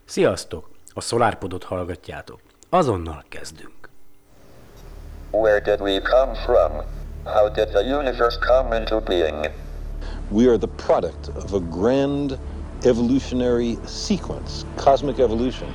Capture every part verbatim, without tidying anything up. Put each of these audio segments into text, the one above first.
Sziasztok! A SolarPodot hallgatjátok. Azonnal kezdünk. Where did we come from? How did the universe come into being? We are the product of a grand evolutionary sequence, cosmic evolution.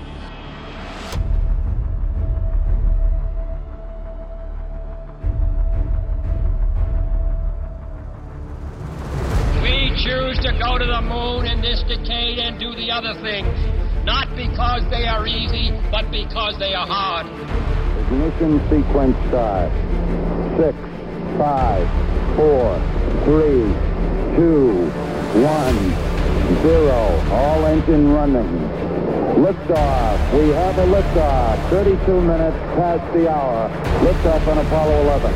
We choose to go to the moon in this decade and do the other things, not because they are easy, but because they are hard. Ignition sequence start. Six, five, four, three, two, one, zero. All engine running. Liftoff. We have a liftoff. thirty-two minutes past the hour. Liftoff on Apollo eleven.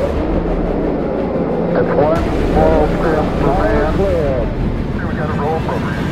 It's one small step for man. Cleared. We got a roll program.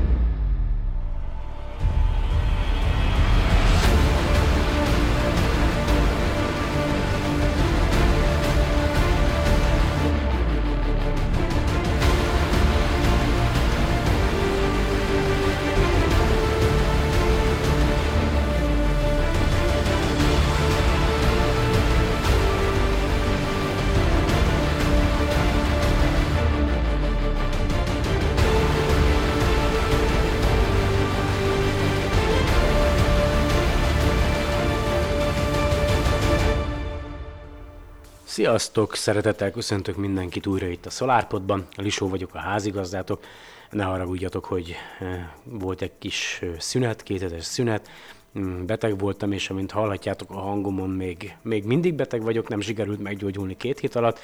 Sziasztok! Szeretettel köszöntök mindenkit újra itt a SolarPodban. Lisó vagyok, a házigazdátok. Ne haragudjatok, hogy volt egy kis szünet, kéthetes szünet. Beteg voltam, és amint hallhatjátok a hangomon, még, még mindig beteg vagyok, nem sikerült meggyógyulni két hét alatt.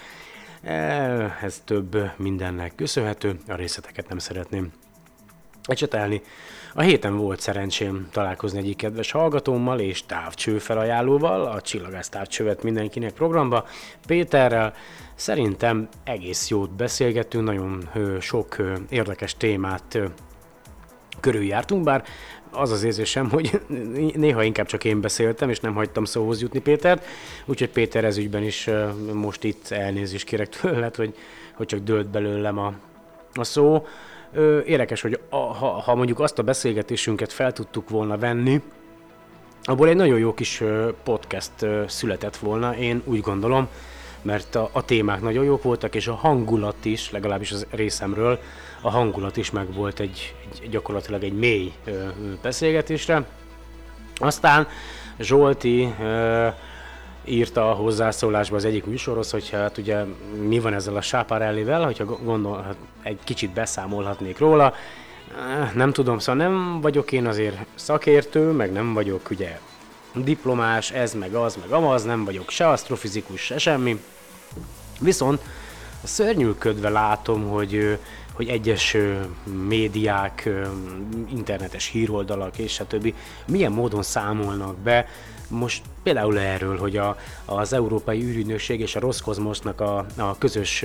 Ez több mindennek köszönhető, a részleteket nem szeretném ecsetelni. A héten volt szerencsém találkozni egyik kedves hallgatómmal és távcső felajánlóval, a Csillagász távcsövet mindenkinek programba, Péterrel. Szerintem egész jót beszélgettünk, nagyon ö, sok ö, érdekes témát ö, körüljártunk, bár az az érzésem, hogy néha inkább csak én beszéltem, és nem hagytam szóhoz jutni Pétert, úgyhogy Péter ezügyben is ö, most itt elnézést kérek tőled, hogy, hogy csak dőlt belőlem a, a szó. Ö, érdekes, hogy a, ha, ha mondjuk azt a beszélgetésünket fel tudtuk volna venni, abból egy nagyon jó kis ö, podcast ö, született volna, én úgy gondolom, mert a, a témák nagyon jók voltak, és a hangulat is, legalábbis az részemről, a hangulat is meg volt egy, egy gyakorlatilag egy mély ö, beszélgetésre. Aztán Zsolti ö, írta a hozzászólásba az egyik műsorhoz, hogy hát ugye mi van ezzel a Schiaparellivel, hogyha gondol, hát egy kicsit beszámolhatnék róla. Nem tudom, szóval nem vagyok én azért szakértő, meg nem vagyok ugye diplomás, ez meg az, meg amaz, nem vagyok se asztrofizikus, se semmi. Viszont szörnyűködve látom, hogy, hogy egyes médiák, internetes híroldalak és stb. Milyen módon számolnak be. Most például erről, hogy a, az Európai űrügynökség és a Roszkozmosznak a, a közös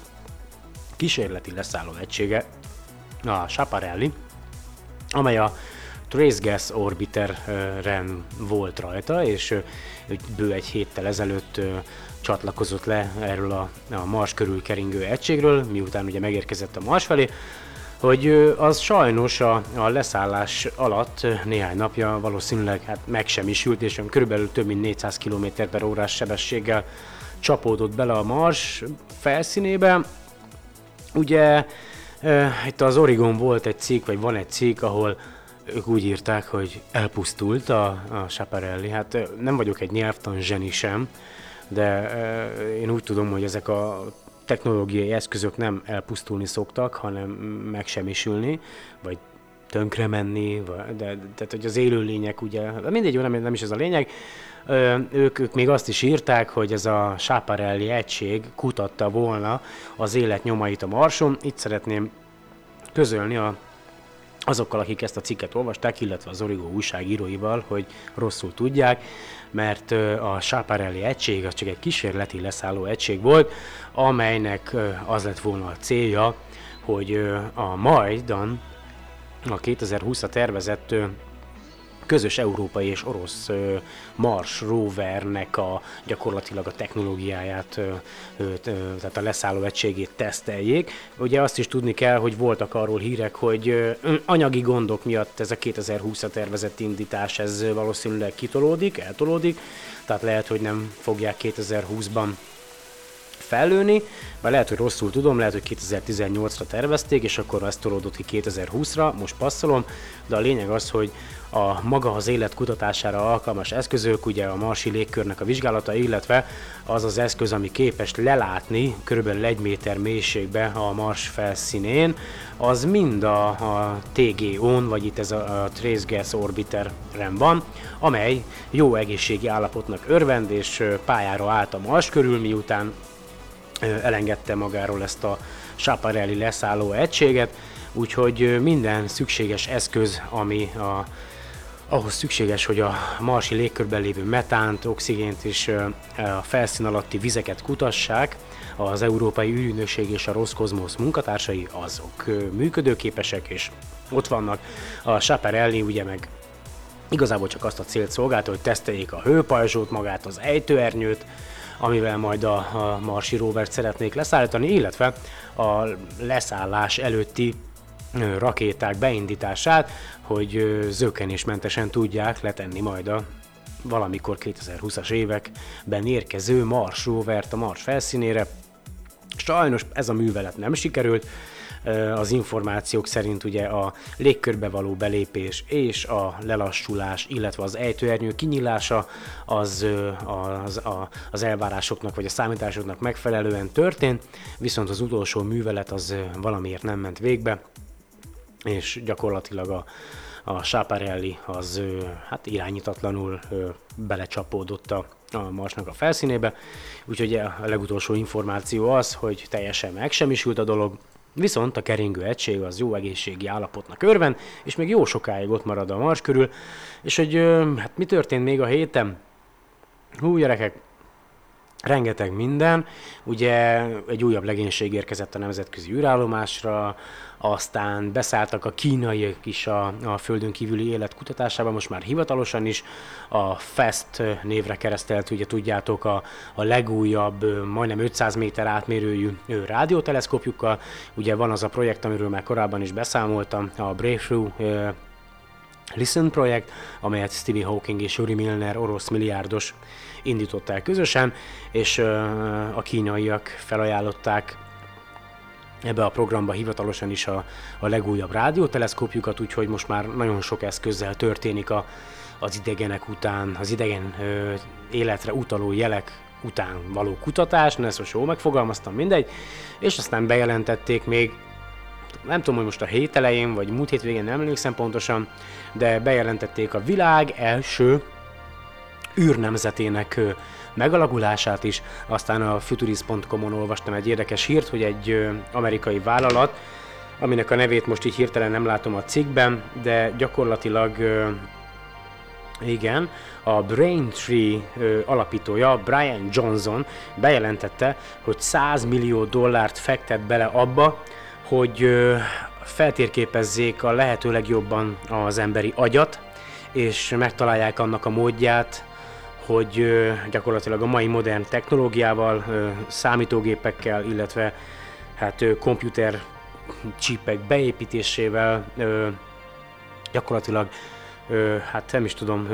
kísérleti leszálló egysége, a Schiaparelli, amely a Trace Gas Orbiteren volt rajta, és bő egy héttel ezelőtt csatlakozott le erről a, a Mars körül keringő egységről, miután ugye megérkezett a Mars felé, hogy az sajnos a, a leszállás alatt néhány napja valószínűleg hát megsemmisült, és körülbelül több mint négyszáz kilométer per órás sebességgel csapódott bele a Mars felszínébe. Ugye e, itt az Origon volt egy cikk, vagy van egy cikk, ahol ők úgy írták, hogy elpusztult a, a Schiaparelli. Hát nem vagyok egy nyelvtan zseni sem, de e, én úgy tudom, hogy ezek a technológiai eszközök nem elpusztulni szoktak, hanem megsemmisülni, vagy tönkre menni, vagy, de, tehát hogy az élőlények ugye, mindegy, nem, nem is ez a lényeg, Ö, ők, ők még azt is írták, hogy ez a Schiaparelli egység kutatta volna az élet nyomait a Marson. Itt szeretném közölni a, azokkal, akik ezt a cikket olvasták, illetve az Origo újságíróival, hogy rosszul tudják, mert a Schiaparelli egység az csak egy kísérleti leszálló egység volt, amelynek az lett volna a célja, hogy a majdan, a kétezer-húszra tervezett közös európai és orosz ö, Mars rovernek a gyakorlatilag a technológiáját, ö, ö, ö, tehát a leszálló egységét teszteljék. Ugye azt is tudni kell, hogy voltak arról hírek, hogy ö, anyagi gondok miatt ez a kétezer-húszra tervezett indítás, ez valószínűleg kitolódik, eltolódik, tehát lehet, hogy nem fogják kétezer-húszban fellőni, vagy lehet, hogy rosszul tudom, lehet, hogy kétezer-tizennyolcra tervezték, és akkor ezt tolódott ki kétezer-húszra, most passzolom, de a lényeg az, hogy a maga az élet kutatására alkalmas eszközök, ugye a marsi légkörnek a vizsgálata, illetve az az eszköz, ami képes lelátni körülbelül egy méter mélységbe a Mars felszínén, az mind a, a té gé ó-n, vagy itt ez a, a Trace Gas Orbiteren van, amely jó egészségi állapotnak örvend, és pályára állt a Mars körül, miután elengedte magáról ezt a Schiaparelli leszálló egységet, úgyhogy minden szükséges eszköz, ami a, ahhoz szükséges, hogy a marsi légkörben lévő metánt, oxigént és a felszín alatti vizeket kutassák, az Európai űrügynökség és a Roszkozmosz munkatársai, azok működőképesek, és ott vannak. A Schiaparelli ugye meg igazából csak azt a célt szolgálta, hogy teszteljék a hőpajzsót, magát az ejtőernyőt, amivel majd a, a marsi rovert szeretnék leszállítani, illetve a leszállás előtti rakéták beindítását, hogy zökkenésmentesen tudják letenni majd a valamikor kétezer-húszas években érkező Mars rovert a Mars felszínére. Sajnos ez a művelet nem sikerült, az információk szerint ugye a légkörbe való belépés és a lelassulás, illetve az ejtőernyő kinyílása az, az, az elvárásoknak vagy a számításoknak megfelelően történt, viszont az utolsó művelet az valamiért nem ment végbe, és gyakorlatilag a, a Schiaparelli az hát irányítatlanul belecsapódott a, a Marsnak a felszínébe, úgyhogy a legutolsó információ az, hogy teljesen megsemmisült a dolog, viszont a keringő egység az jó egészségi állapotnak örvend, és még jó sokáig ott marad a Mars körül, és hogy hát mi történt még a héten? Hú, gyerekek, rengeteg minden, ugye egy újabb legénység érkezett a nemzetközi űrállomásra, aztán beszálltak a kínaiak is a, a földön kívüli élet kutatásába, most már hivatalosan is, a FAST névre keresztelt, ugye tudjátok, a, a legújabb, majdnem ötszáz méter átmérőjű rádióteleszkópjukkal, ugye van az a projekt, amiről már korábban is beszámoltam, a Breakthrough Listen projekt, amelyet Stephen Hawking és Yuri Milner, orosz milliárdos indított el közösen, és uh, a kínaiak felajánlották ebbe a programba hivatalosan is a, a legújabb rádióteleszkópjukat, úgyhogy most már nagyon sok eszközzel történik a, az idegenek után, az idegen ö, életre utaló jelek után való kutatás, ne ezt most jól megfogalmaztam, mindegy, és aztán bejelentették még, nem tudom, hogy most a hét elején, vagy múlt hétvégén, nem emlékszem pontosan, de bejelentették a világ első űrnemzetének megalakulását is. Aztán a futurist pont com-on olvastam egy érdekes hírt, hogy egy amerikai vállalat, aminek a nevét most így hirtelen nem látom a cikkben, de gyakorlatilag igen, a Braintree alapítója, Brian Johnson bejelentette, hogy száz millió dollárt fektet bele abba, hogy feltérképezzék a lehető legjobban az emberi agyat, és megtalálják annak a módját, hogy gyakorlatilag a mai modern technológiával, számítógépekkel, illetve hát komputer csípek beépítésével gyakorlatilag hát nem is tudom,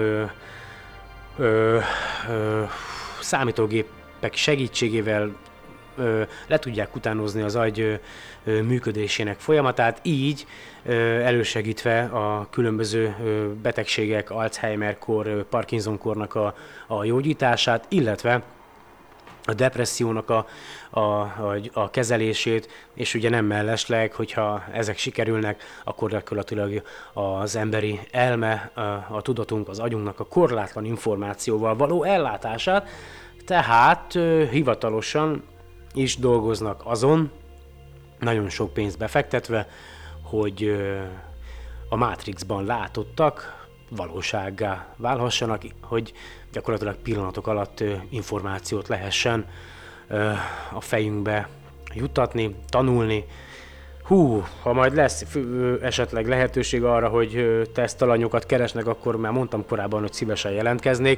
számítógépek segítségével le tudják utánozni az agy működésének folyamatát, így elősegítve a különböző betegségek, Alzheimer-kor, Parkinson-kornak a, a gyógyítását, illetve a depressziónak a, a, a, a kezelését, és ugye nem mellesleg, hogyha ezek sikerülnek, akkor gyakorlatilag az emberi elme, a, a tudatunk, az agyunknak a korlátlan információval való ellátását, tehát hivatalosan is dolgoznak azon, nagyon sok pénzt befektetve, hogy a Matrixban látottak valósággá válhassanak, hogy gyakorlatilag pillanatok alatt információt lehessen a fejünkbe juttatni, tanulni. hú, ha majd lesz fü- esetleg lehetőség arra, hogy ö, tesztalanyokat keresnek, akkor már mondtam korábban, hogy szívesen jelentkeznék.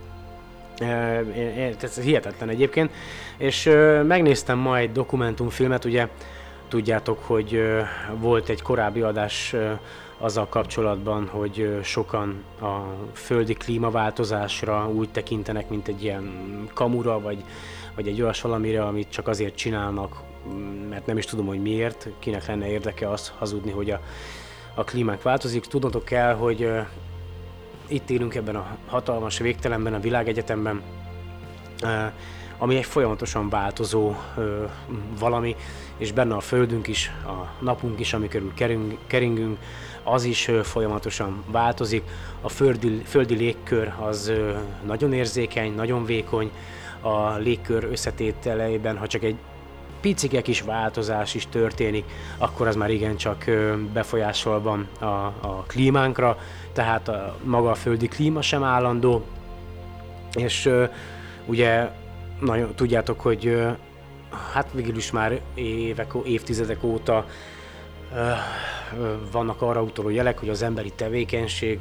Ez hihetetlen egyébként. És ö, megnéztem ma egy dokumentumfilmet, ugye tudjátok, hogy ö, volt egy korábbi adás ö, azzal kapcsolatban, hogy ö, sokan a földi klímaváltozásra úgy tekintenek, mint egy ilyen kamura, vagy, vagy egy olyas valamire, amit csak azért csinálnak, mert nem is tudom, hogy miért, kinek lenne érdeke azt hazudni, hogy a, a klímánk változik. Tudnotok kell, hogy ö, itt élünk ebben a hatalmas végtelenben, a világegyetemben, ö, ami egy folyamatosan változó ö, valami, és benne a Földünk is, a napunk is, ami körül kering, keringünk, az is ö, folyamatosan változik. A földi, földi légkör az ö, nagyon érzékeny, nagyon vékony, a légkör összetételeiben, ha csak egy picike kis változás is történik, akkor az már igencsak befolyásol van a, a klímánkra, tehát a, maga a földi klíma sem állandó, és uh, ugye nagyon tudjátok, hogy uh, hát végül is már évek, évtizedek óta uh, uh, vannak arra utaló jelek, hogy az emberi tevékenység,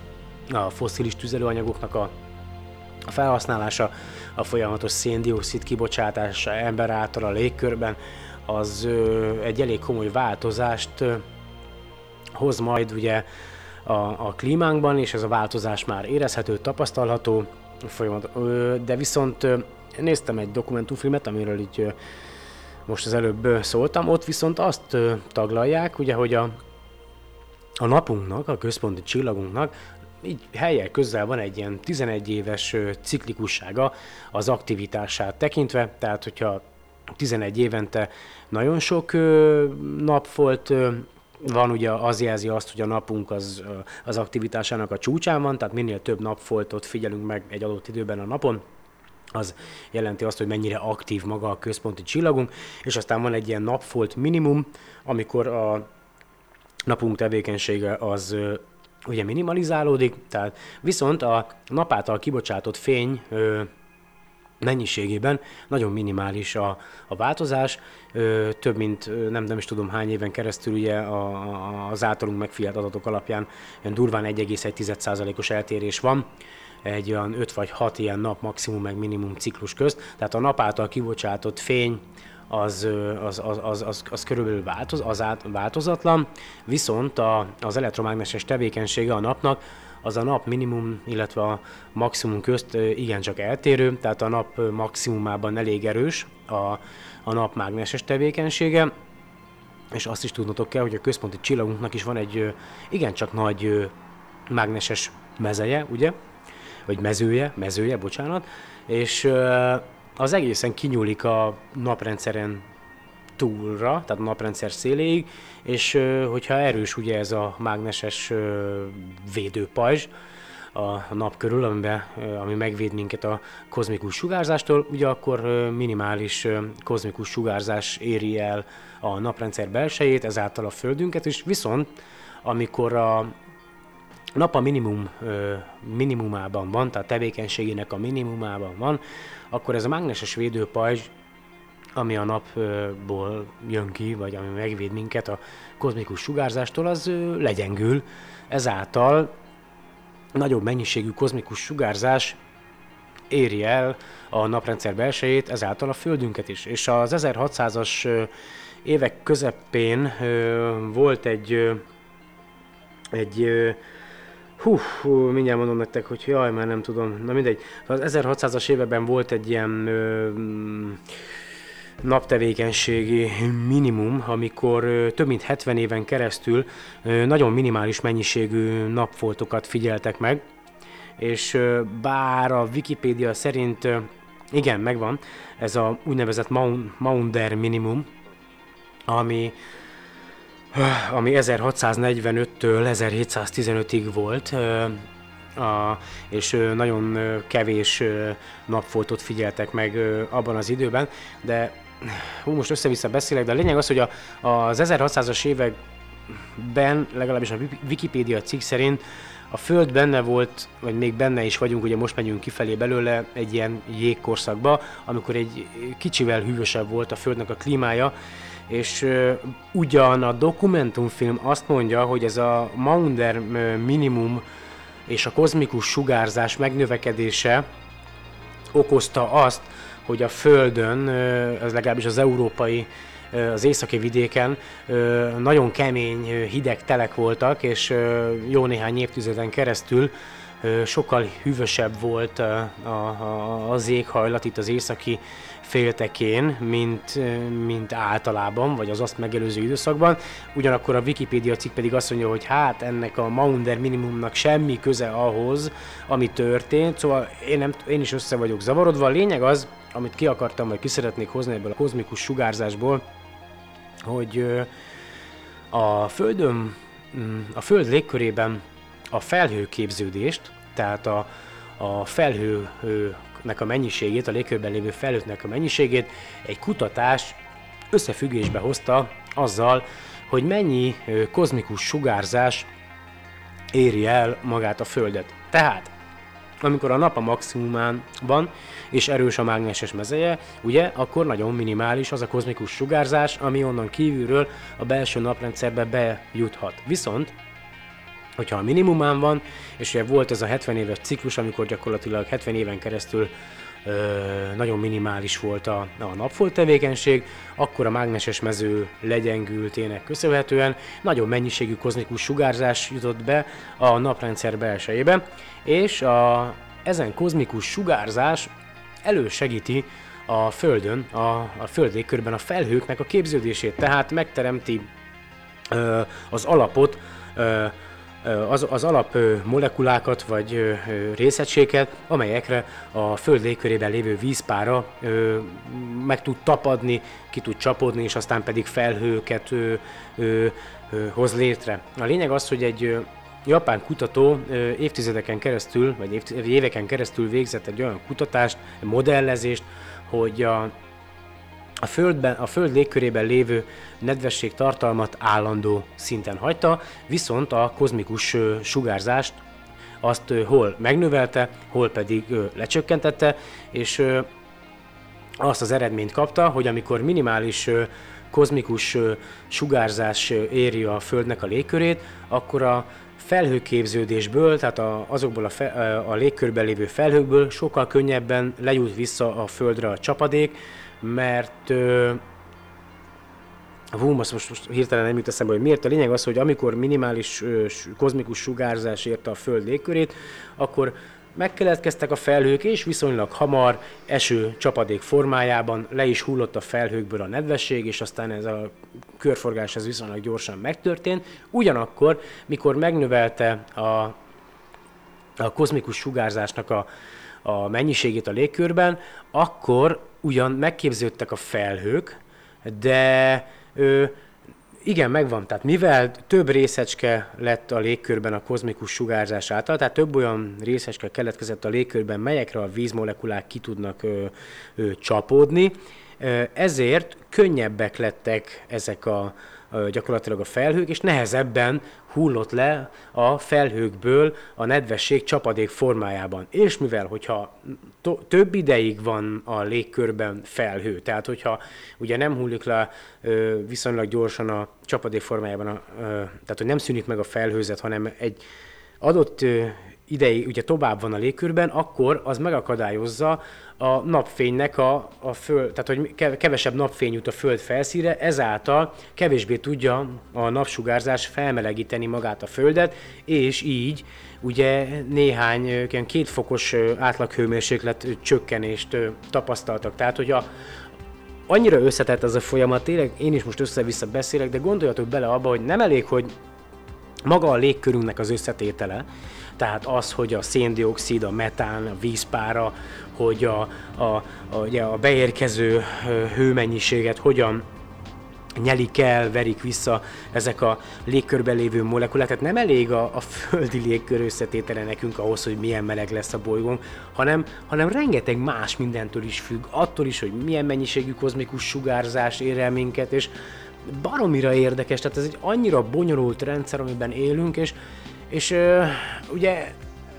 a fosszilis tüzelőanyagoknak a A felhasználása, a folyamatos szén-dioxid kibocsátása ember által a légkörben, az ö, egy elég komoly változást ö, hoz majd ugye a, a klímánkban, és ez a változás már érezhető, tapasztalható, folyamat, ö, de viszont ö, néztem egy dokumentumfilmet, amiről így ö, most az előbb ö, szóltam, ott viszont azt ö, taglalják, ugye, hogy a, a napunknak, a központi csillagunknak így helyek közel van egy ilyen tizenegy éves ö, ciklikussága az aktivitását tekintve, tehát hogyha tizenegy évente nagyon sok ö, napfolt ö, van, ugye az jelzi azt, hogy a napunk az, ö, az aktivitásának a csúcsán van, tehát minél több napfoltot figyelünk meg egy adott időben a napon, az jelenti azt, hogy mennyire aktív maga a központi csillagunk, és aztán van egy ilyen napfolt minimum, amikor a napunk tevékenysége az ö, ugye minimalizálódik, tehát viszont a nap által kibocsátott fény ö, mennyiségében nagyon minimális a, a változás, ö, több mint ö, nem, nem is tudom hány éven keresztül ugye a, a, az általunk megfigyelt adatok alapján olyan durván egy egész egy százalékos eltérés van, egy olyan öt vagy hat ilyen nap maximum meg minimum ciklus közt, tehát a nap által kibocsátott fény az, az, az, az, az, az körülbelül változ, az át, változatlan, viszont a, az elektromágneses tevékenysége a napnak az a nap minimum, illetve a maximum közt igencsak eltérő, tehát a nap maximumában elég erős a, a nap mágneses tevékenysége, és azt is tudnotok kell, hogy a központi csillagunknak is van egy igencsak nagy mágneses mezeje, ugye? Vagy mezője, mezője, bocsánat, és az egészen kinyúlik a naprendszeren túlra, tehát a naprendszer széléig, és hogyha erős ugye ez a mágneses védőpajzs a nap körül, amiben, ami megvéd minket a kozmikus sugárzástól, ugye akkor minimális kozmikus sugárzás éri el a naprendszer belsejét, ezáltal a Földünket is, viszont amikor a nap a minimum, minimumában van, tehát tevékenységének a minimumában van, akkor ez a mágneses védőpajzs, ami a napból jön ki, vagy ami megvéd minket a kozmikus sugárzástól, az legyengül. Ezáltal nagyobb mennyiségű kozmikus sugárzás éri el a naprendszer belsejét, ezáltal a Földünket is. És az ezerhatszázas évek közepén volt egy, egy Hú, hú, mindjárt mondom nektek, hogy jaj, már nem tudom, na mindegy. Az ezerhatszázas években volt egy ilyen ö, naptevékenységi minimum, amikor ö, több mint hetven éven keresztül ö, nagyon minimális mennyiségű napfoltokat figyeltek meg, és ö, bár a Wikipédia szerint, ö, igen, megvan, ez a úgynevezett Maunder minimum, ami ami ezerhatszáznegyvenöttől ezerhétszáztizenötig volt, és nagyon kevés napfoltot figyeltek meg abban az időben, de hú, most össze-vissza beszélek, de a lényeg az, hogy a, az ezerhatszázas években, legalábbis a Wikipédia cikk szerint a Föld benne volt, vagy még benne is vagyunk, ugye most megyünk kifelé belőle egy ilyen jégkorszakba, amikor egy kicsivel hűvösebb volt a Földnek a klímája, és ö, ugyan a dokumentumfilm azt mondja, hogy ez a Maunder minimum és a kozmikus sugárzás megnövekedése okozta azt, hogy a Földön, ez legalábbis az európai, az északi vidéken nagyon kemény hideg telek voltak, és jó néhány évtizeden keresztül sokkal hűvösebb volt a, a, az éghajlat itt az északi féltekén, mint, mint általában, vagy az azt megelőző időszakban. Ugyanakkor a Wikipédia cikk pedig azt mondja, hogy hát ennek a Maunder minimumnak semmi köze ahhoz, ami történt, szóval én, nem, én is össze vagyok zavarodva. A lényeg az, amit ki akartam, vagy ki szeretnék hozni ebből a kozmikus sugárzásból, hogy a Földön, a Föld légkörében a felhőképződést, tehát a, a felhőnek a mennyiségét, a légkörben lévő felhőknek a mennyiségét egy kutatás összefüggésbe hozta azzal, hogy mennyi kozmikus sugárzás éri el magát a Földet. Tehát, amikor a nap a maximumán van, és erős a mágneses mezeje, ugye, akkor nagyon minimális az a kozmikus sugárzás, ami onnan kívülről a belső naprendszerbe bejuthat. Viszont, hogyha a minimumán van, és ugye volt ez a hetven éves ciklus, amikor gyakorlatilag hetven éven keresztül ö, nagyon minimális volt a, a napfolt tevékenység, akkor a mágneses mező legyengültének köszönhetően nagyon mennyiségű kozmikus sugárzás jutott be a naprendszer belsejébe, és a, ezen kozmikus sugárzás elősegíti a Földön, a, a Föld légkörben a felhőknek a képződését, tehát megteremti ö, az alapot, ö, Az, az alap ö, molekulákat vagy ö, ö, részegységet, amelyekre a Föld légkörében lévő vízpára ö, meg tud tapadni, ki tud csapódni, és aztán pedig felhőket ö, ö, ö, hoz létre. A lényeg az, hogy egy ö, japán kutató ö, évtizedeken keresztül, vagy év, éveken keresztül végzett egy olyan kutatást, egy modellezést, hogy a A, földben, a Föld légkörében lévő nedvesség tartalmat állandó szinten hagyta, viszont a kozmikus ö, sugárzást azt ö, hol megnövelte, hol pedig ö, lecsökkentette, és ö, azt az eredményt kapta, hogy amikor minimális ö, kozmikus ö, sugárzás ö, éri a Földnek a légkörét, akkor a felhőképződésből, tehát a, azokból a, fe, a légkörben lévő felhőkből sokkal könnyebben lejut vissza a Földre a csapadék, mert uh, hú, most, most, most hirtelen nem jut eszembe, hogy miért. A lényeg az, hogy amikor minimális uh, kozmikus sugárzás érte a Föld légkörét, akkor megkeletkeztek a felhők, és viszonylag hamar eső csapadék formájában le is hullott a felhőkből a nedvesség, és aztán ez a körforgás ez viszonylag gyorsan megtörtént. Ugyanakkor, mikor megnövelte a, a kozmikus sugárzásnak a, a mennyiségét a légkörben, akkor ugyan megképződtek a felhők, de ö, igen, megvan. Tehát mivel több részecske lett a légkörben a kozmikus sugárzás által, tehát több olyan részecske keletkezett a légkörben, melyekre a vízmolekulák ki tudnak ö, ö, csapódni, ö, ezért könnyebbek lettek ezek a ö, gyakorlatilag a felhők, és nehezebben hullott le a felhőkből a nedvesség csapadék formájában. És mivel, hogyha to- több ideig van a légkörben felhő, tehát hogyha ugye nem hullik le ö, viszonylag gyorsan a csapadék formájában, a, ö, tehát hogy nem szűnik meg a felhőzet, hanem egy adott ö, ideig ugye tovább van a légkörben, akkor az megakadályozza a napfénynek a, a föld, tehát hogy kevesebb napfény jut a Föld felszínre, ezáltal kevésbé tudja a napsugárzás felmelegíteni magát a Földet, és így ugye néhány ilyen kétfokos átlaghőmérséklet csökkenést tapasztaltak. Tehát, hogy a, annyira összetett ez a folyamat, tényleg én is most össze-vissza beszélek, de gondoljatok bele abba, hogy nem elég, hogy maga a légkörünknek az összetétele, tehát az, hogy a széndioxid, a metán, a vízpára, hogy a, a, a, ugye a beérkező hőmennyiséget hogyan nyelik el, verik vissza ezek a légkörben lévő molekulák. Tehát nem elég a, a földi légkör összetétele nekünk ahhoz, hogy milyen meleg lesz a bolygónk, hanem, hanem rengeteg más mindentől is függ, attól is, hogy milyen mennyiségű kozmikus sugárzás ér el minket, és baromira érdekes, tehát ez egy annyira bonyolult rendszer, amiben élünk, és És uh, ugye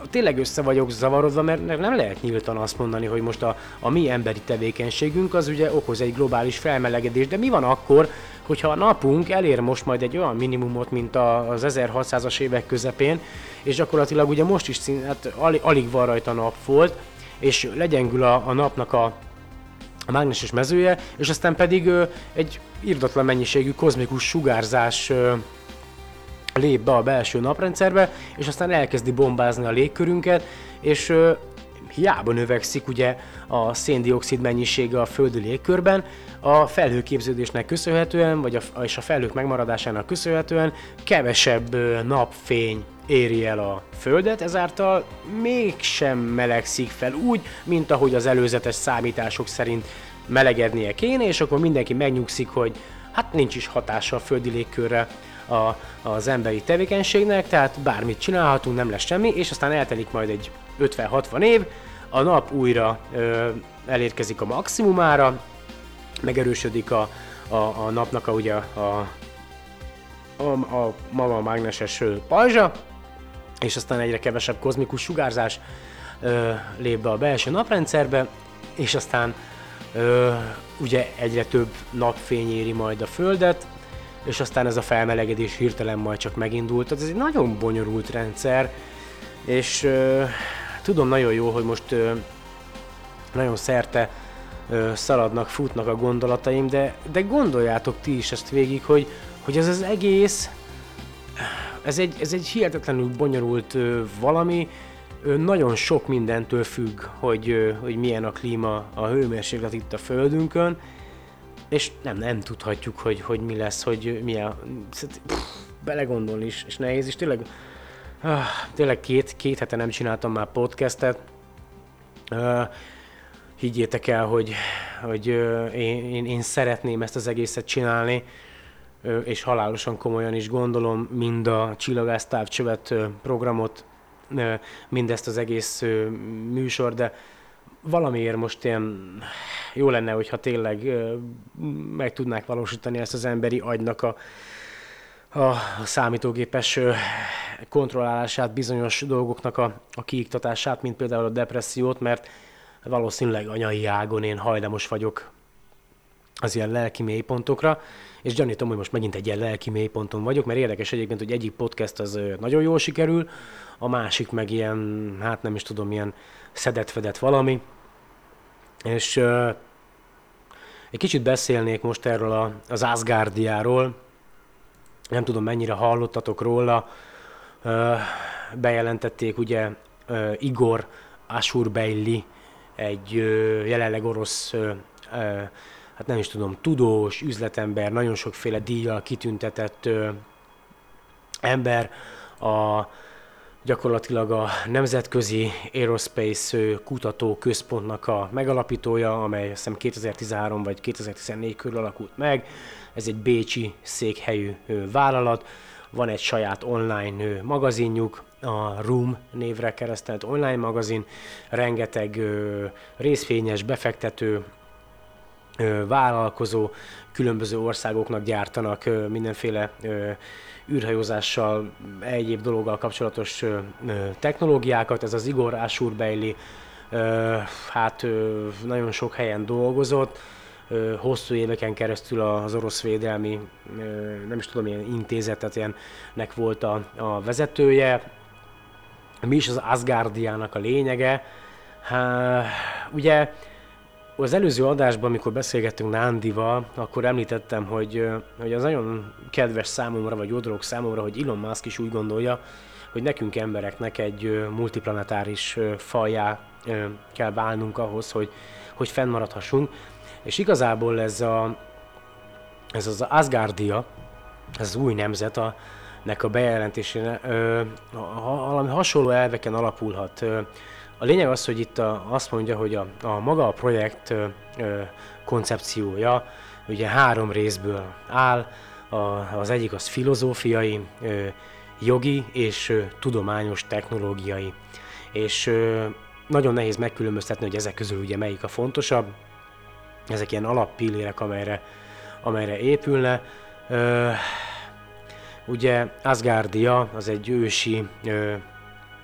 tényleg össze vagyok zavarodva, mert nem lehet nyíltan azt mondani, hogy most a, a mi emberi tevékenységünk az ugye okoz egy globális felmelegedést, de mi van akkor, hogyha a napunk elér most majd egy olyan minimumot, mint az ezerhatszázas évek közepén, és gyakorlatilag ugye most is szín, hát alig, alig van rajta napfolt, és legyengül a, a napnak a, a mágneses mezője, és aztán pedig ö, egy irdatlan mennyiségű kozmikus sugárzás ö, lép be a belső naprendszerbe, és aztán elkezdi bombázni a légkörünket, és ö, hiába növekszik ugye a széndioxid mennyisége a földi légkörben, a felhőképződésnek köszönhetően, vagy a, és a felhők megmaradásának köszönhetően kevesebb ö, napfény éri el a Földet, ezáltal mégsem melegszik fel úgy, mint ahogy az előzetes számítások szerint melegednie kéne, és akkor mindenki megnyugszik, hogy hát nincs is hatása a földi légkörre a, az emberi tevékenységnek, tehát bármit csinálhatunk, nem lesz semmi, és aztán eltelik majd egy ötven-hatvan év, a nap újra ö, elérkezik a maximumára, megerősödik a, a, a napnak a, ugye, a, a, a maga a mágneses pajzsa, és aztán egyre kevesebb kozmikus sugárzás ö, lép be a belső naprendszerbe, és aztán ö, ugye egyre több napfény éri majd a Földet, és aztán ez a felmelegedés hirtelen majd csak megindult. Tehát ez egy nagyon bonyolult rendszer, és ö, tudom nagyon jó, hogy most ö, nagyon szerte ö, szaladnak, futnak a gondolataim, de, de gondoljátok ti is ezt végig, hogy, hogy ez az egész, ez egy, ez egy hihetetlenül bonyolult ö, valami, ö, nagyon sok mindentől függ, hogy, ö, hogy milyen a klíma, a hőmérséklet itt a Földünkön, és nem, nem tudhatjuk, hogy, hogy mi lesz, hogy milyen, pff, belegondolni is, és nehéz, és tényleg, ah, tényleg két, két hete nem csináltam már podcastet. Uh, higgyétek el, hogy, hogy uh, én, én, én szeretném ezt az egészet csinálni, uh, és halálosan komolyan is gondolom mind a Csillagásztávcsövet uh, programot, uh, mindezt az egész uh, műsor, de valamiért most ilyen jó lenne, hogyha tényleg ö, meg tudnák valósítani ezt az emberi agynak a, a számítógépes ö, kontrollálását, bizonyos dolgoknak a, a kiiktatását, mint például a depressziót, mert valószínűleg anyai ágon én hajlamos vagyok az ilyen lelki mélypontokra, és gyanítom, hogy most megint egy ilyen lelki mélyponton vagyok, mert érdekes egyébként, hogy egyik podcast az nagyon jól sikerül, a másik meg ilyen, hát nem is tudom, ilyen szedett-fedett valami, és uh, egy kicsit beszélnék most erről a, az Asgardiáról, nem tudom mennyire hallottatok róla, uh, bejelentették ugye uh, Igor Ashurbeili, egy uh, jelenleg orosz, uh, uh, hát nem is tudom, tudós, üzletember, nagyon sokféle díjjal kitüntetett uh, ember, a gyakorlatilag a Nemzetközi Aerospace Kutató Központnak a megalapítója, amely azt hiszem kétezer-tizenhárom vagy kétezer-tizennégy körül alakult meg. Ez egy bécsi székhelyű vállalat, van egy saját online magazinjuk, a Room névre keresztelt online magazin, rengeteg részvényes, befektető, vállalkozó, különböző országoknak gyártanak mindenféle űrhajózással, egyéb dologgal kapcsolatos technológiákat. Ez az Igor Ashurbeili hát nagyon sok helyen dolgozott, hosszú éveken keresztül az orosz védelmi, nem is tudom, ilyen intézetet ilyennek volt a, a vezetője. Mi is az Asgardiának a lényege? Há, ugye az előző adásban, amikor beszélgettünk Nándival, akkor említettem, hogy, hogy az nagyon kedves számomra, vagy jó dolog számomra, hogy Elon Musk is úgy gondolja, hogy nekünk embereknek egy multiplanetáris fajjá kell válnunk ahhoz, hogy, hogy fennmaradhassunk. És igazából ez, a, ez az Asgardia, ez az új nemzet, a, nek a bejelentésén valami hasonló elveken alapulhat. A lényeg az, hogy itt a, azt mondja, hogy a, a maga a projekt ö, ö, koncepciója ugye három részből áll, a, az egyik az filozófiai, ö, jogi és ö, tudományos technológiai. És ö, nagyon nehéz megkülönböztetni, hogy ezek közül ugye melyik a fontosabb. Ezek ilyen alappillérek, amelyre, amelyre épülne. Ö, ugye Asgardia az egy ősi ö,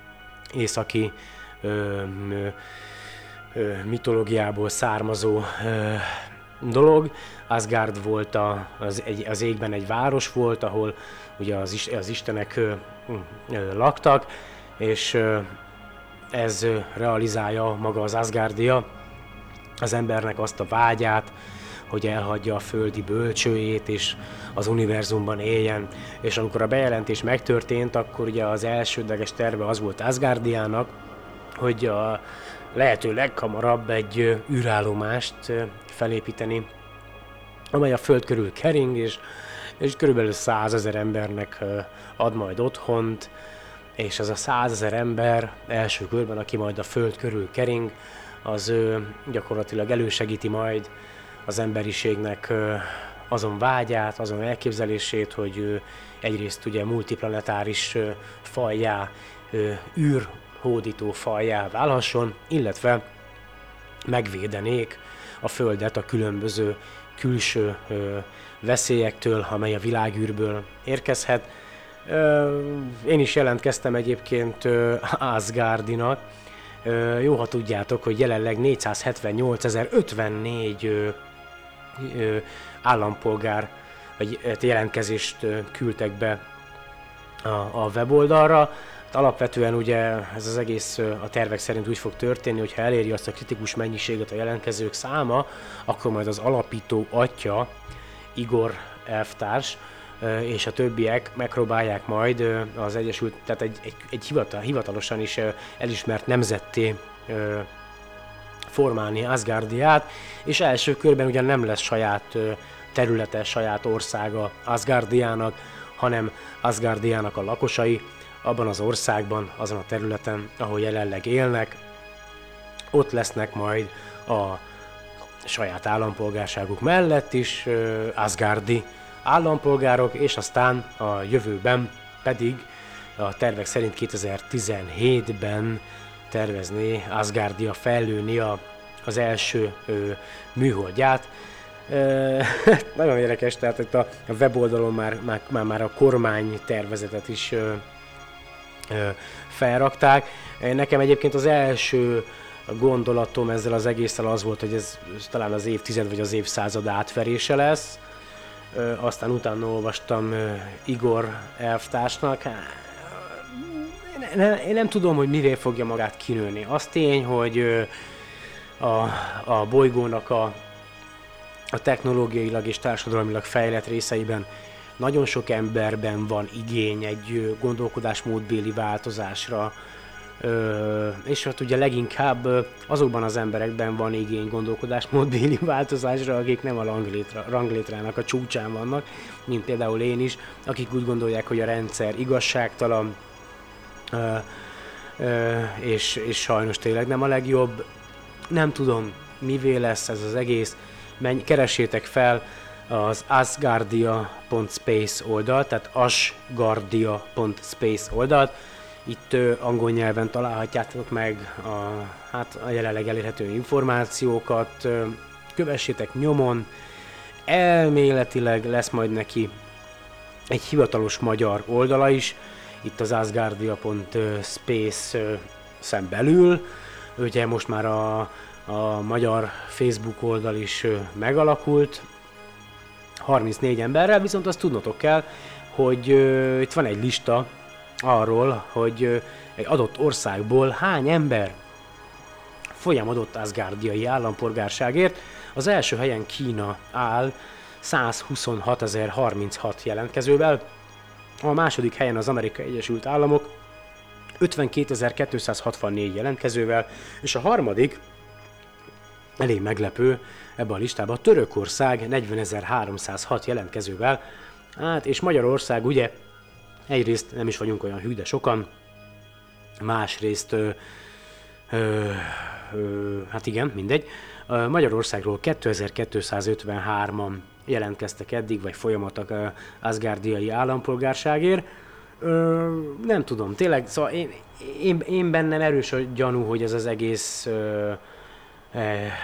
északi ö, ö, ö, mitológiából származó ö, dolog. Asgard volt a, az, egy, az égben egy város volt, ahol ugye az, az istenek ö, ö, laktak, és ö, ez ö, realizálja maga az Asgardia az embernek azt a vágyát, hogy elhagyja a földi bölcsőjét, és az univerzumban éljen. És amikor a bejelentés megtörtént, akkor ugye az elsődleges terve az volt Asgardiának, hogy a lehető leghamarabb egy űrállomást felépíteni, amely a föld körül kering, és, és körülbelül százezer embernek ad majd otthont, és ez a százezer ember első körben, aki majd a föld körül kering, az gyakorlatilag elősegíti majd az emberiségnek azon vágyát, azon elképzelését, hogy egyrészt ugye multiplanetáris fajjá, űrhódító fajjá válhasson, illetve megvédenék a Földet a különböző külső veszélyektől, amely a világűrből érkezhet. Én is jelentkeztem egyébként Asgardinak. Jó, ha tudjátok, hogy jelenleg négyszázhetvennyolcezer-ötvennégy állampolgár vagy jelentkezést küldtek be a, a weboldalra. Alapvetően ugye ez az egész a tervek szerint úgy fog történni, hogy ha eléri azt a kritikus mennyiséget a jelentkezők száma, akkor majd az alapító atya, Igor elvtárs, és a többiek megpróbálják majd az Egyesült, tehát egy, egy, egy hivatal, hivatalosan is elismert nemzetté formálni Asgardiát, és első körben ugyan nem lesz saját területe, saját országa Asgardiának, hanem Asgardiának a lakosai abban az országban, azon a területen, ahol jelenleg élnek, ott lesznek majd a saját állampolgárságuk mellett is asgardi állampolgárok, és aztán a jövőben pedig a tervek szerint kétezer-tizenhétben tervezné Asgardia fellőni a, az első ö, műholdját. Ö, nagyon érdekes, tehát itt a, a weboldalon már, már, már a kormány tervezetet is ö, ö, felrakták. Nekem egyébként az első gondolatom ezzel az egésszel az volt, hogy ez talán az évtized vagy az évszázad átverése lesz. Ö, aztán utána olvastam ö, Igor elvtársnak. Én nem, én nem tudom, hogy mivé fogja magát kinőni. Az tény, hogy ö, a, a bolygónak a, a technológiailag és társadalmilag fejlett részeiben nagyon sok emberben van igény egy gondolkodásmódbéli változásra, Ö, és hát ugye leginkább azokban az emberekben van igény gondolkodásmódbéli változásra, akik nem a ranglétra, ranglétrának a csúcsán vannak, mint például én is, akik úgy gondolják, hogy a rendszer igazságtalan, ö, ö, és, és sajnos tényleg nem a legjobb. Nem tudom, mivé lesz ez az egész. Menj, keressétek fel az asgardia pont space oldalt, tehát asgardia pont space oldalt. Itt ö, angol nyelven találhatjátok meg a, hát, a jelenleg elérhető információkat, ö, kövessétek nyomon, elméletileg lesz majd neki egy hivatalos magyar oldala is, itt az asgardia pont space szem belül, ugye most már a, a magyar Facebook oldal is ö, megalakult, harmincnégy emberrel, viszont azt tudnotok kell, hogy ö, itt van egy lista arról, hogy egy adott országból hány ember folyamodott asgardiai állampolgárságért. Az első helyen Kína áll százhuszonhatezer-harminchat jelentkezővel, a második helyen az Amerikai Egyesült Államok ötvenkétezer-kétszázhatvannégy jelentkezővel, és a harmadik, elég meglepő ebben a listában, a Törökország negyvenezer-háromszázhat jelentkezővel, hát és Magyarország ugye egyrészt nem is vagyunk olyan hű, de sokan, másrészt, ö, ö, ö, hát igen, mindegy, Magyarországról kétezer-kétszázötvenhárman jelentkeztek eddig, vagy folyamatok ö, asgardiai állampolgárságért. Ö, nem tudom, tényleg, szóval én, én, én bennem erős a gyanú, hogy ez az egész ö, ö,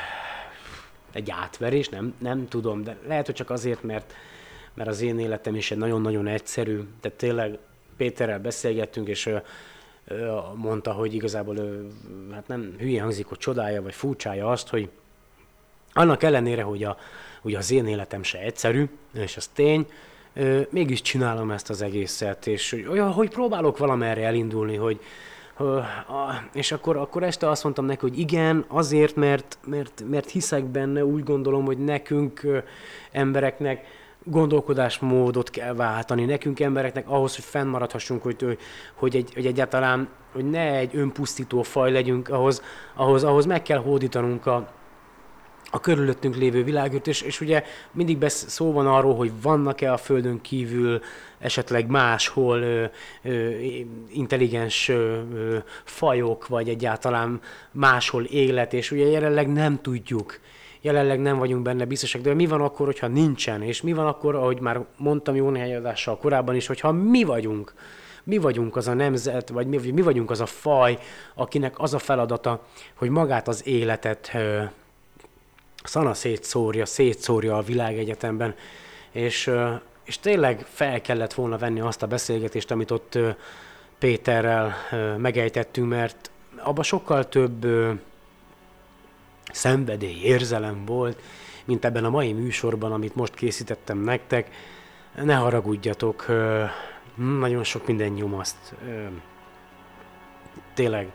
egy átverés, nem, nem tudom, de lehet, hogy csak azért, mert mert az én életem is egy nagyon-nagyon egyszerű, tehát tényleg Péterrel beszélgettünk, és mondta, hogy igazából hát nem hülye hangzik, hogy csodálja vagy furcsája azt, hogy annak ellenére, hogy a, ugye az én életem se egyszerű, és az tény, mégis csinálom ezt az egészet, és hogy, hogy próbálok valamerre elindulni, hogy és akkor, akkor este azt mondtam neki, hogy igen, azért, mert, mert, mert hiszek benne, úgy gondolom, hogy nekünk embereknek gondolkodásmódot kell váltani, nekünk embereknek ahhoz, hogy fennmaradhassunk, hogy, hogy, egy, hogy egyáltalán, hogy ne egy önpusztító faj legyünk, ahhoz, ahhoz, ahhoz meg kell hódítanunk a, a körülöttünk lévő világot, és, és ugye mindig besz, szó van arról, hogy vannak-e a Földön kívül esetleg máshol ö, ö, intelligens ö, ö, fajok, vagy egyáltalán máshol élet, és ugye jelenleg nem tudjuk. Jelenleg nem vagyunk benne biztosak, de mi van akkor, hogyha nincsen? És mi van akkor, ahogy már mondtam jó néhány adással korábban is, hogyha mi vagyunk? Mi vagyunk az a nemzet, vagy mi, mi vagyunk az a faj, akinek az a feladata, hogy magát az életet ö, szana szétszórja, szétszórja a világegyetemben, és, ö, és tényleg fel kellett volna venni azt a beszélgetést, amit ott ö, Péterrel ö, megejtettünk, mert abban sokkal több ö, szenvedély, érzelem volt, mint ebben a mai műsorban, amit most készítettem nektek. Ne haragudjatok, nagyon sok minden nyomaszt. Tényleg.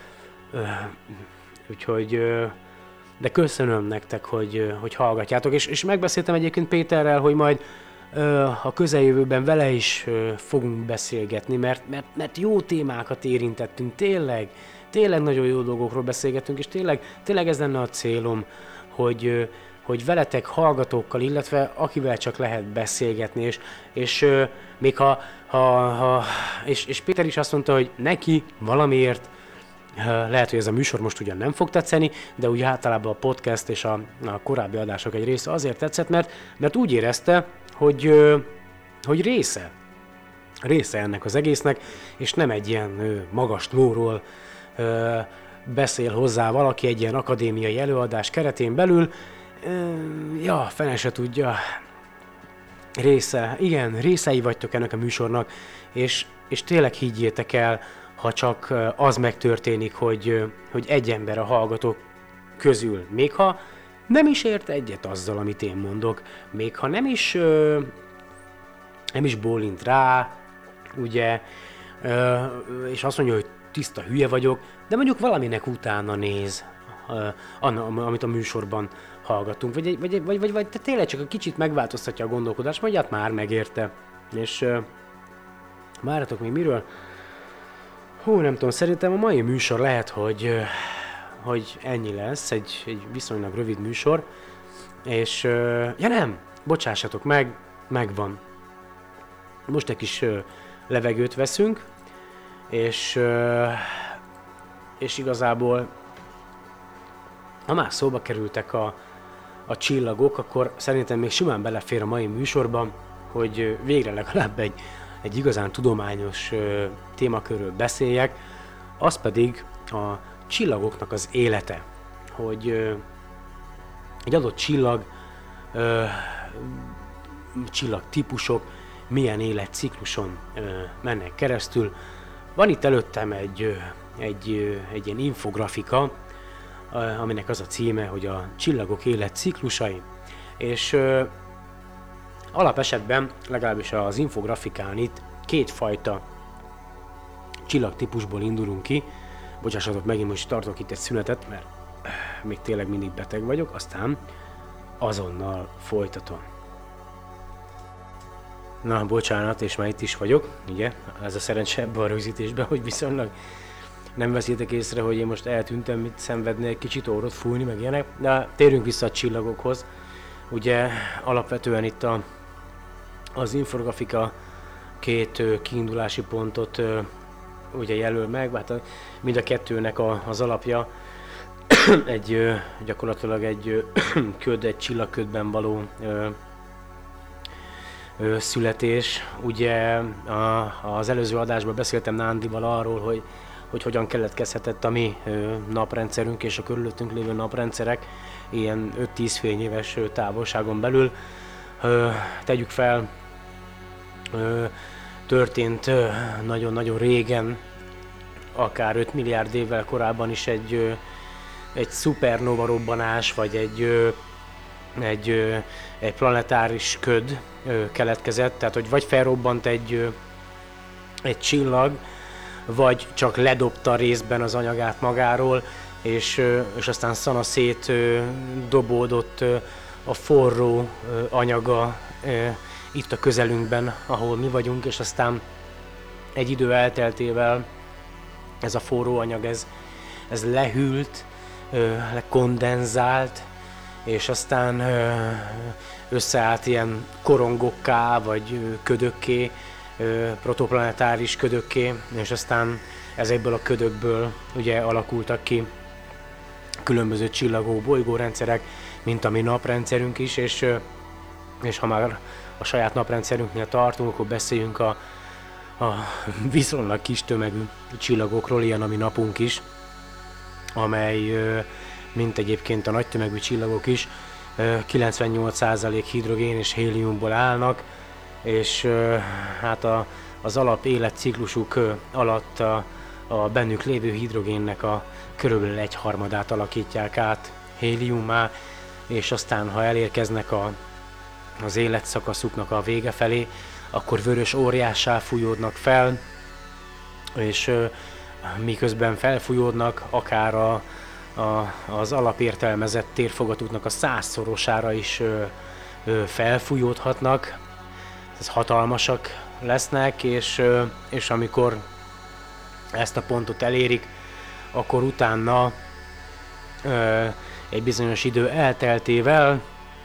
Úgyhogy, de köszönöm nektek, hogy, hogy hallgatjátok, és, és megbeszéltem egyébként Péterrel, hogy majd a közeljövőben vele is fogunk beszélgetni, mert, mert, mert jó témákat érintettünk, tényleg. Tényleg nagyon jó dolgokról beszélgetünk, és tényleg, tényleg ez lenne a célom, hogy, hogy veletek, hallgatókkal, illetve akivel csak lehet beszélgetni, és, és még ha, ha, ha és, és Péter is azt mondta, hogy neki valamiért, lehet, hogy ez a műsor most ugyan nem fog tetszeni, de úgy általában a podcast és a, a korábbi adások egy része azért tetszett, mert, mert úgy érezte, hogy, hogy része, része ennek az egésznek, és nem egy ilyen magas lóról Ö, beszél hozzá valaki egy ilyen akadémiai előadás keretén belül. Ö, ja, fene se tudja. Része, igen, részei vagytok ennek a műsornak, és, és tényleg higgyétek el, ha csak az megtörténik, hogy, hogy egy ember a hallgatók közül, még ha nem is ért egyet azzal, amit én mondok, még ha nem is, ö, nem is bólint rá, ugye, ö, és azt mondja, hogy tiszta hülye vagyok, de mondjuk valaminek utána néz, uh, amit a műsorban hallgatunk, vagy, vagy, vagy, vagy, vagy tényleg csak egy kicsit megváltoztatja a gondolkodást, majd hát már megérte. És uh, várjatok még miről? Hú, nem tudom, szerintem a mai műsor lehet, hogy, uh, hogy ennyi lesz, egy, egy viszonylag rövid műsor, és uh, ja nem, bocsássatok meg, megvan. Most egy kis uh, levegőt veszünk, és, és igazából, ha már szóba kerültek a, a csillagok, akkor szerintem még simán belefér a mai műsorban, hogy végre legalább egy, egy igazán tudományos témakörről beszéljek, az pedig a csillagoknak az élete, hogy egy adott csillag, csillagtípusok milyen életcikluson mennek keresztül. Van itt előttem egy, egy, egy ilyen infografika, aminek az a címe, hogy a csillagok életciklusai, és alapesetben, legalábbis az infografikán itt kétfajta csillagtípusból indulunk ki. Bocsássatok, megint most tartok itt egy szünetet, mert még tényleg mindig beteg vagyok, aztán azonnal folytatom. Na, bocsánat, és már itt is vagyok, ugye? Ez a szerencse ebben a rögzítésben, hogy viszonylag nem veszitek észre, hogy én most eltűntem, mit szenvedni, egy kicsit orrot fújni, meg ilyenek. De térjünk vissza a csillagokhoz. Ugye alapvetően itt a, az infografika két ö, kiindulási pontot ö, ugye jelöl meg, hát a, mind a kettőnek a, az alapja egy ö, gyakorlatilag egy ö, köd, egy csillagködben való ö, ö, születés. Ugye a, az előző adásban beszéltem Nándival arról, hogy, hogy hogyan keletkezhetett a mi ö, naprendszerünk és a körülöttünk lévő naprendszerek ilyen öt-tíz fényéves ö, távolságon belül. Ö, tegyük fel, ö, történt ö, nagyon-nagyon régen akár öt milliárd évvel korábban is egy, egy szupernova robbanás, vagy egy, egy, egy planetáris köd keletkezett, tehát hogy vagy felrobbant egy, egy csillag, vagy csak ledobta részben az anyagát magáról, és, és aztán szanaszét dobódott a forró anyaga itt a közelünkben, ahol mi vagyunk, és aztán egy idő elteltével ez a forró anyag, ez, ez lehűlt, lekondenzált, és aztán összeállt ilyen korongokká, vagy ködökké, protoplanetáris ködökké, és aztán ezekből a ködökből ugye alakultak ki különböző csillagó bolygórendszerek, mint a mi naprendszerünk is, és, és ha már a saját naprendszerünknél tartunk, akkor beszéljünk a, a viszonylag kis tömegű csillagokról, ilyen a mi napunk is, amely, mint egyébként a nagy tömegű csillagok is, kilencvennyolc százalék hidrogén és héliumból állnak, és hát a, az alap életciklusuk alatt a, a bennük lévő hidrogénnek a körülbelül egyharmadát alakítják át héliummá, és aztán ha elérkeznek a, az életszakaszuknak a vége felé, akkor vörös óriássá fújódnak fel, és miközben felfújódnak, akár a, a, az alapértelmezett térfogatútnak a százszorosára is ö, ö, felfújódhatnak. Ez hatalmasak lesznek, és, ö, és amikor ezt a pontot elérik, akkor utána ö, egy bizonyos idő elteltével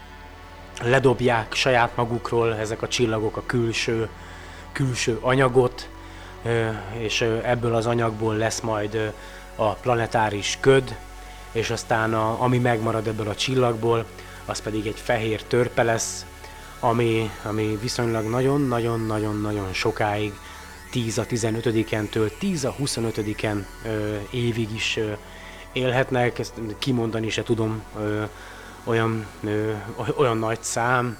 ledobják saját magukról ezek a csillagok a külső, külső anyagot, és ebből az anyagból lesz majd a planetáris köd, és aztán a, ami megmarad ebből a csillagból, az pedig egy fehér törpe lesz, ami, ami viszonylag nagyon-nagyon-nagyon-nagyon sokáig, tíz a tizenötödikentől tíz a huszonötödiken évig is élhetnek, ezt kimondani se tudom, ö, olyan, ö, olyan nagy szám,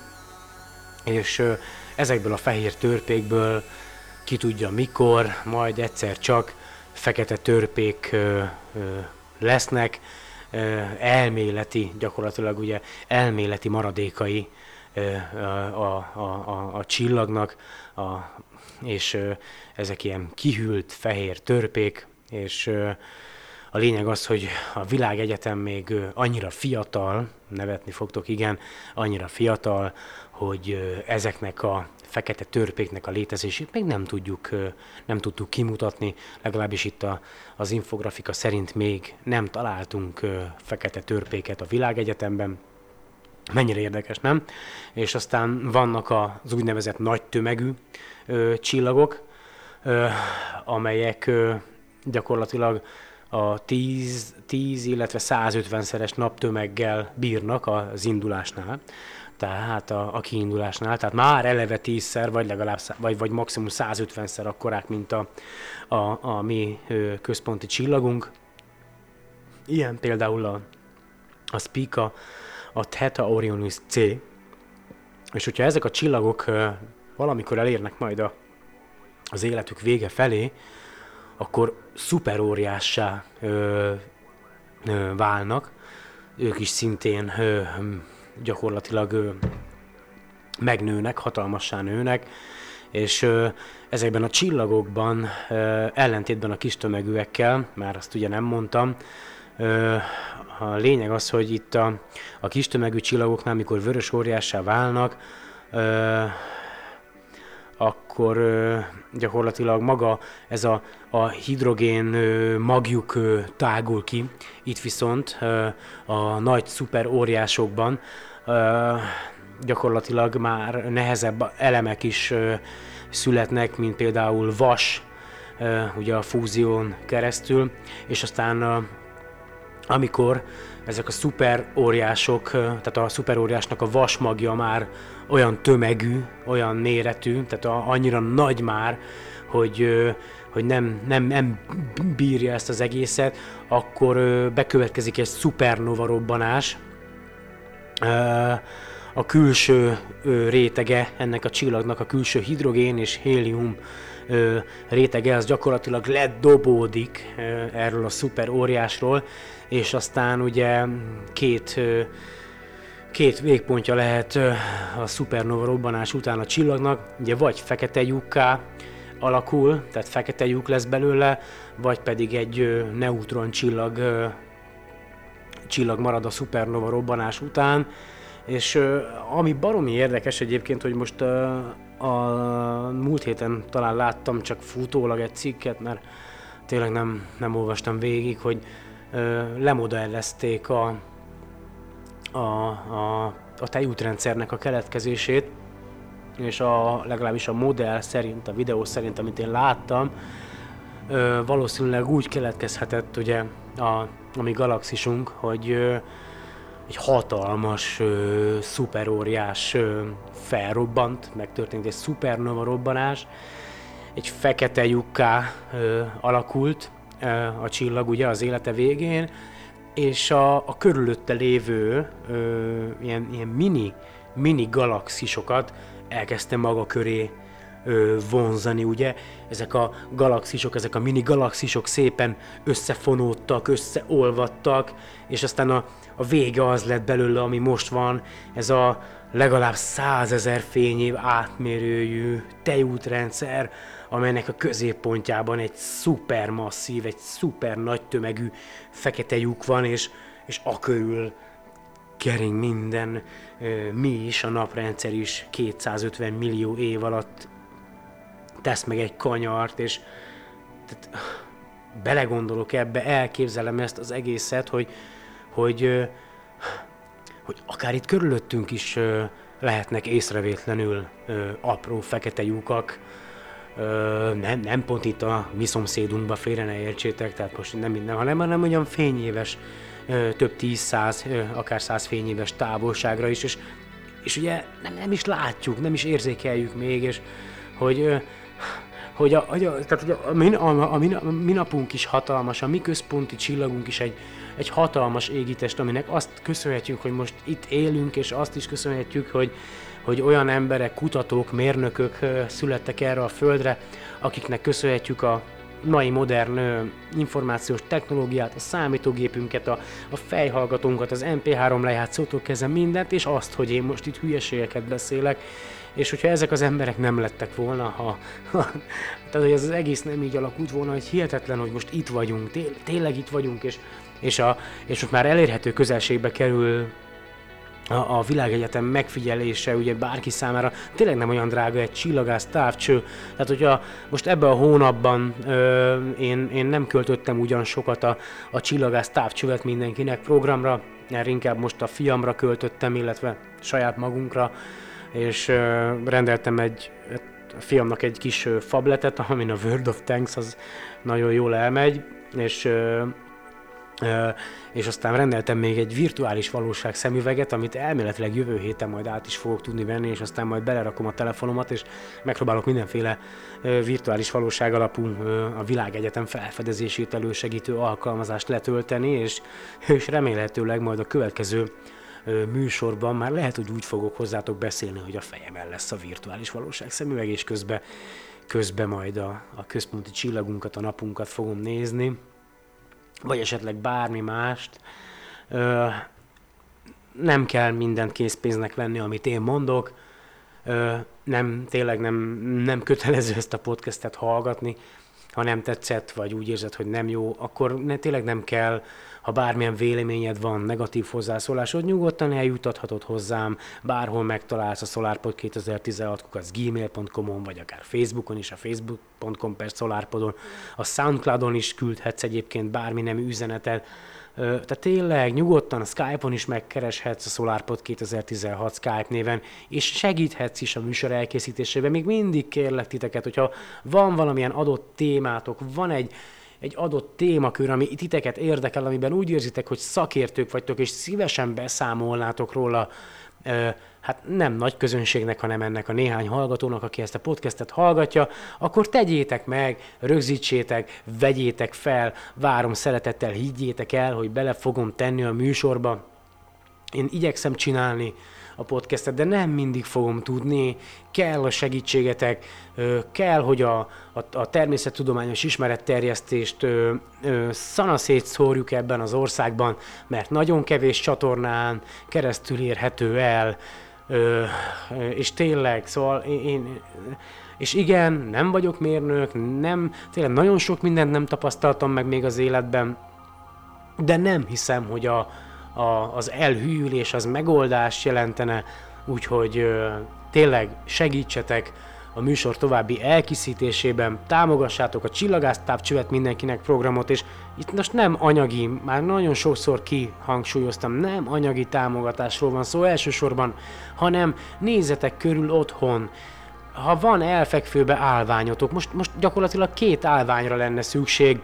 és ö, ezekből a fehér törpékből ki tudja mikor, majd egyszer csak fekete törpék ö, ö, lesznek, ö, elméleti, gyakorlatilag ugye elméleti maradékai ö, a, a, a, a csillagnak, a, és ö, ezek ilyen kihűlt fehér törpék, és ö, a lényeg az, hogy a világegyetem még annyira fiatal, nevetni fogtok, igen, annyira fiatal, hogy ezeknek a fekete törpéknek a létezését még nem tudjuk, nem tudtuk kimutatni, legalábbis itt a, az infografika szerint még nem találtunk fekete törpéket a világegyetemben. Mennyire érdekes, nem? És aztán vannak az úgynevezett nagy tömegű ö, csillagok, ö, amelyek ö, gyakorlatilag a tíz, tíz, illetve százötvenszeres naptömeggel bírnak az indulásnál, tehát a, a kiindulásnál, tehát már eleve tízszer, vagy legalább, vagy, vagy maximum százötvenszer akkorák, mint a, a, a mi ö, központi csillagunk. Ilyen például a, a Spica, a Theta Orionis C, és hogyha ezek a csillagok ö, valamikor elérnek majd a, az életük vége felé, akkor szuperóriássá ö, ö, válnak. Ők is szintén ö, gyakorlatilag ö, megnőnek, hatalmassá nőnek, és ö, ezekben a csillagokban, ö, ellentétben a kis tömegűekkel, már azt ugye nem mondtam, ö, a lényeg az, hogy itt a, a kis tömegű csillagoknál, mikor vörös óriássá válnak, ö, akkor ö, gyakorlatilag maga ez a, a hidrogén ö, magjuk ö, tágul ki. Itt viszont ö, a nagy szuper óriásokban ö, gyakorlatilag már nehezebb elemek is ö, születnek, mint például vas, ö, ugye a fúzión keresztül, és aztán ö, amikor ezek a szuperóriások, tehát a szuperóriásnak a vasmagja már olyan tömegű, olyan méretű, tehát a, annyira nagy már, hogy, hogy nem, nem, nem bírja ezt az egészet, akkor bekövetkezik egy szupernova robbanás, a külső ö, rétege ennek a csillagnak, a külső hidrogén és hélium ö, rétege, az gyakorlatilag ledobódik ö, erről a szuper óriásról, és aztán ugye két, ö, két végpontja lehet ö, a szupernova robbanás után a csillagnak, ugye vagy fekete lyukká alakul, tehát fekete lyuk lesz belőle, vagy pedig egy ö, neutron csillag, ö, csillag marad a szupernova robbanás után. És ö, ami baromi érdekes egyébként, hogy most ö, a múlt héten talán láttam csak futólag egy cikket, mert tényleg nem, nem olvastam végig, hogy ö, lemodellezték a, a, a, a tejútrendszernek a keletkezését, és a, legalábbis a modell szerint, a videó szerint, amit én láttam, ö, valószínűleg úgy keletkezhetett ugye a, a mi galaxisunk, hogy ö, egy hatalmas, ö, szuperóriás ö, felrobbant, megtörtént egy szupernova robbanás, egy fekete lyukká ö, alakult ö, a csillag ugye az élete végén, és a, a körülötte lévő ö, ilyen, ilyen mini, mini galaxisokat elkezdte maga köré ö, vonzani, ugye? Ezek a galaxisok, ezek a mini galaxisok szépen összefonódtak, összeolvadtak, és aztán a, a vége az lett belőle, ami most van, ez a legalább százezer fényév átmérőjű tejútrendszer, amelynek a középpontjában egy szupermasszív, egy szuper nagy tömegű fekete lyuk van, és, és akörül kering minden, mi is, a naprendszer is kétszázötven millió év alatt tesz meg egy kanyart, és tehát, belegondolok ebbe, elképzelem ezt az egészet, hogy, hogy, hogy akár itt körülöttünk is lehetnek észrevétlenül apró fekete lyukak, nem, nem pont itt a mi szomszédunkba, félre ne értsétek, tehát most nem minden, hanem, hanem olyan fényéves, több tíz-száz, akár száz fényéves távolságra is, és, és ugye nem, nem is látjuk, nem is érzékeljük még, és hogy, hogy, a, hogy a, tehát, hogy a, a, min, a, a, min, a mi napunk is hatalmas, a mi központi csillagunk is egy, egy hatalmas égitest, aminek azt köszönhetjük, hogy most itt élünk, és azt is köszönhetjük, hogy, hogy olyan emberek, kutatók, mérnökök születtek erre a földre, akiknek köszönhetjük a mai modern ö, információs technológiát, a számítógépünket, a, a fejhallgatónkat, az em pé három lejátszótól kezdve mindent, és azt, hogy én most itt hülyeségeket beszélek, és hogyha ezek az emberek nem lettek volna, ha, ha tehát hogy ez az egész nem így alakult volna, hogy hihetetlen, hogy most itt vagyunk, té, tényleg itt vagyunk, és, és, a, és most már elérhető közelségbe kerül a, a világegyetem megfigyelése, ugye bárki számára tényleg nem olyan drága egy csillagász távcső. Tehát hogyha most ebben a hónapban ö, én, én nem költöttem ugyan sokat a, a csillagász távcsövet mindenkinek programra, mert inkább most a fiamra költöttem, illetve saját magunkra, és ö, rendeltem egy, a fiamnak egy kis ö, fabletet, amin a World of Tanks az nagyon jól elmegy, és ö, Uh, és aztán rendeltem még egy virtuális valóság szemüveget, amit elméletileg jövő héten majd át is fogok tudni venni, és aztán majd belerakom a telefonomat, és megpróbálok mindenféle uh, virtuális valóság alapú uh, a világegyetem felfedezését elősegítő alkalmazást letölteni, és, és remélhetőleg majd a következő uh, műsorban már lehet, hogy úgy fogok hozzátok beszélni, hogy a fejemen lesz a virtuális valóság szemüveg, és közben, közben majd a, a központi csillagunkat, a napunkat fogom nézni, vagy esetleg bármi mást. Ö, nem kell mindent készpénznek venni, amit én mondok. Ö, nem, tényleg nem, nem kötelező ezt a podcastet hallgatni. Ha nem tetszett, vagy úgy érzed, hogy nem jó, akkor ne, tényleg nem kell, ha bármilyen véleményed van, negatív hozzászólásod, nyugodtan eljutathatod hozzám, bárhol megtalálsz a SolarPod kétezer-tizenhat kukac gmail pont com-on, vagy akár Facebookon is, a facebook pont com per SolarPodon, a Soundcloudon is küldhetsz egyébként bármi nemű üzenetet. Tehát tényleg nyugodtan a Skype-on is megkereshetsz a SolarPod kétezer-tizenhat Skype néven, és segíthetsz is a műsor elkészítésében. Még mindig kérlek titeket, hogyha van valamilyen adott témátok, van egy, egy adott témakör, ami titeket érdekel, amiben úgy érzitek, hogy szakértők vagytok, és szívesen beszámolnátok róla, hát nem nagy közönségnek, hanem ennek a néhány hallgatónak, aki ezt a podcastet hallgatja, akkor tegyétek meg, rögzítsétek, vegyétek fel, várom szeretettel, higgyétek el, hogy bele fogom tenni a műsorba. Én igyekszem csinálni a podcastet, de nem mindig fogom tudni, kell a segítségetek, kell, hogy a, a, a természettudományos ismeretterjesztést ö, ö, szanaszét szórjuk ebben az országban, mert nagyon kevés csatornán keresztül érhető el, ö, és tényleg, szóval én, én és igen, nem vagyok mérnök, nem, tényleg nagyon sok mindent nem tapasztaltam meg még az életben, de nem hiszem, hogy a, a, az elhűlés az megoldást jelentene, úgyhogy ö, tényleg segítsetek a műsor további elkészítésében, támogassátok a Csillagász Távcsövet mindenkinek programot, és itt most nem anyagi, már nagyon sokszor kihangsúlyoztam, nem anyagi támogatásról van szó elsősorban, hanem nézzetek körül otthon. Ha van elfekvőbe állványotok, most, most gyakorlatilag két állványra lenne szükség,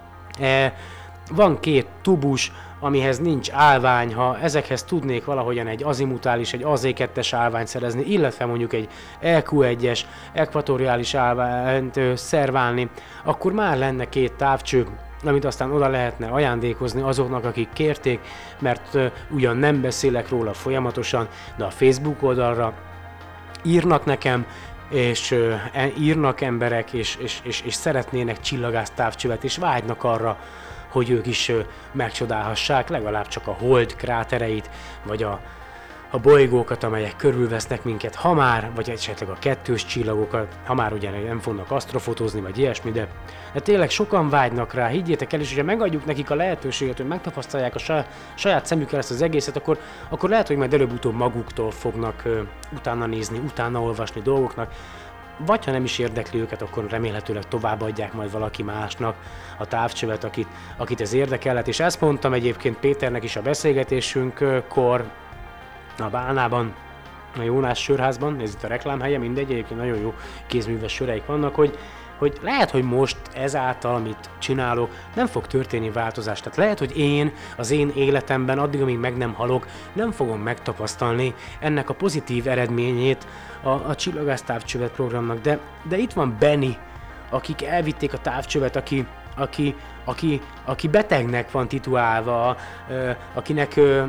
e, van két tubus, amihez nincs állvány, ha ezekhez tudnék valahogyan egy azimutális, egy á zé kettes állványt szerezni, illetve mondjuk egy é kú egyes ekvatoriális állványt ö, szerválni, akkor már lenne két távcső, amit aztán oda lehetne ajándékozni azoknak, akik kérték, mert ö, ugyan nem beszélek róla folyamatosan, de a Facebook oldalra írnak nekem, és ö, írnak emberek, és, és, és, és szeretnének Csillagász Távcsövet, és vágynak arra, hogy ők is ö, megcsodálhassák legalább csak a hold krátereit, vagy a, a bolygókat, amelyek körülvesznek minket, ha már, vagy esetleg a kettős csillagokat, ha már ugye nem fognak asztrofotózni, vagy ilyesmi, de, de tényleg sokan vágynak rá, higgyétek el, és hogyha megadjuk nekik a lehetőséget, hogy megtapasztalják a saját, saját szemükkel ezt az egészet, akkor, akkor lehet, hogy majd előbb-utóbb maguktól fognak ö, utána nézni, utána olvasni dolgoknak, vagy ha nem is érdekli őket, akkor remélhetőleg továbbadják majd valaki másnak a távcsövet, akit, akit ez érdekelhet. És ezt mondtam egyébként Péternek is a beszélgetésünkkor a Bálnában, a Jónás sörházban, ez itt a reklámhelye, mindegy, egyébként nagyon jó kézműves söreik vannak, hogy, hogy lehet, hogy most ezáltal, amit csinálok, nem fog történni változás. Tehát lehet, hogy én az én életemben, addig, amíg meg nem halok, nem fogom megtapasztalni ennek a pozitív eredményét a, a Csillagász Távcsövet programnak, de, de itt van Benny, akik elvitték a távcsövet, aki, aki, aki, aki betegnek van titulálva, ö, akinek ö,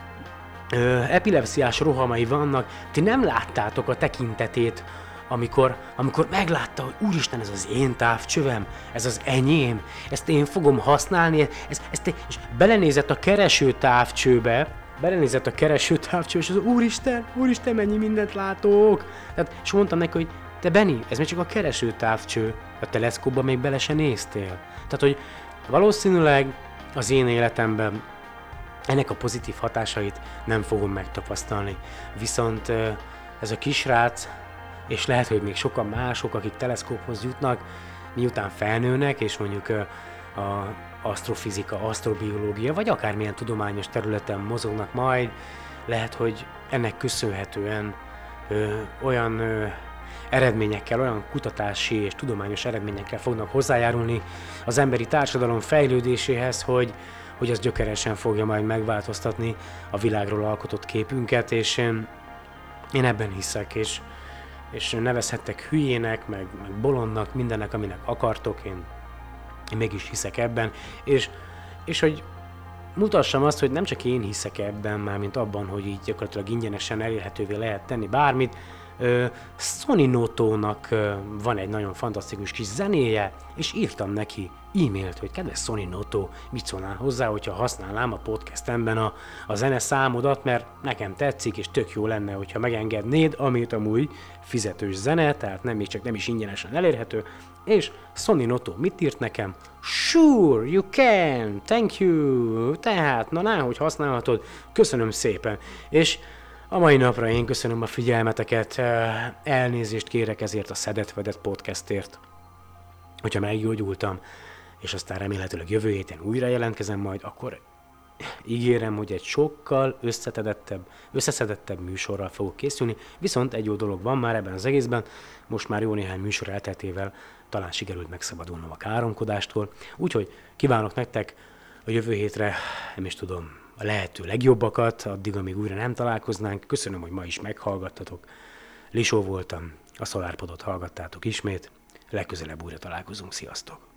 ö, epilepsziás rohamai vannak. Ti nem láttátok a tekintetét, amikor, amikor meglátta, hogy úristen, ez az én távcsövem, ez az enyém, ezt én fogom használni, ez, ezt, és belenézett a kereső távcsőbe, belenézett a kereső távcsőbe, és az úristen, úristen, mennyi mindent látok. Tehát, és mondtam neki, hogy te Benny, ez még csak a kereső távcső, a teleszkópban még bele se néztél. Tehát, hogy valószínűleg az én életemben ennek a pozitív hatásait nem fogom megtapasztalni. Viszont ez a kisrác, és lehet, hogy még sokan mások, akik teleszkóphoz jutnak, miután felnőnek, és mondjuk a asztrofizika, asztrobiológia, vagy akármilyen tudományos területen mozognak majd, lehet, hogy ennek köszönhetően ö, olyan ö, eredményekkel, olyan kutatási és tudományos eredményekkel fognak hozzájárulni az emberi társadalom fejlődéséhez, hogy, hogy az gyökeresen fogja majd megváltoztatni a világról alkotott képünket, és én, én ebben hiszek, és, és nevezhettek hülyének, meg, meg bolondnak, mindennek, aminek akartok, én Én mégis hiszek ebben, és, és hogy mutassam azt, hogy nem csak én hiszek ebben, mármint abban, hogy így gyakorlatilag ingyenesen elérhetővé lehet tenni bármit. Sony Notónak van egy nagyon fantasztikus kis zenéje, és írtam neki e-mailt, hogy kedves Sony Noto, mit szólnál hozzá, hogyha használnám a podcastemben a, a zene számodat, mert nekem tetszik, és tök jó lenne, hogyha megengednéd, amit amúgy fizetős zene, tehát nem, még csak nem is ingyenesen elérhető, és Sony Noto mit írt nekem? Sure, you can, thank you, tehát, na náhogy használhatod, köszönöm szépen, és a mai napra én köszönöm a figyelmeteket, elnézést kérek ezért a szedett-vedett podcastért, hogyha meggyógyultam, és aztán remélhetőleg jövő héten újra jelentkezem majd, akkor ígérem, hogy egy sokkal összetedettebb, összeszedettebb műsorral fogok készülni, viszont egy jó dolog van már ebben az egészben, most már jó néhány műsor elteltével talán sikerült megszabadulnom a káromkodástól, úgyhogy kívánok nektek a jövő hétre, nem is tudom, a lehető legjobbakat, addig, amíg újra nem találkoznánk. Köszönöm, hogy ma is meghallgattatok. Lisó voltam, a SolarPodot hallgattátok ismét, legközelebb újra találkozunk, sziasztok!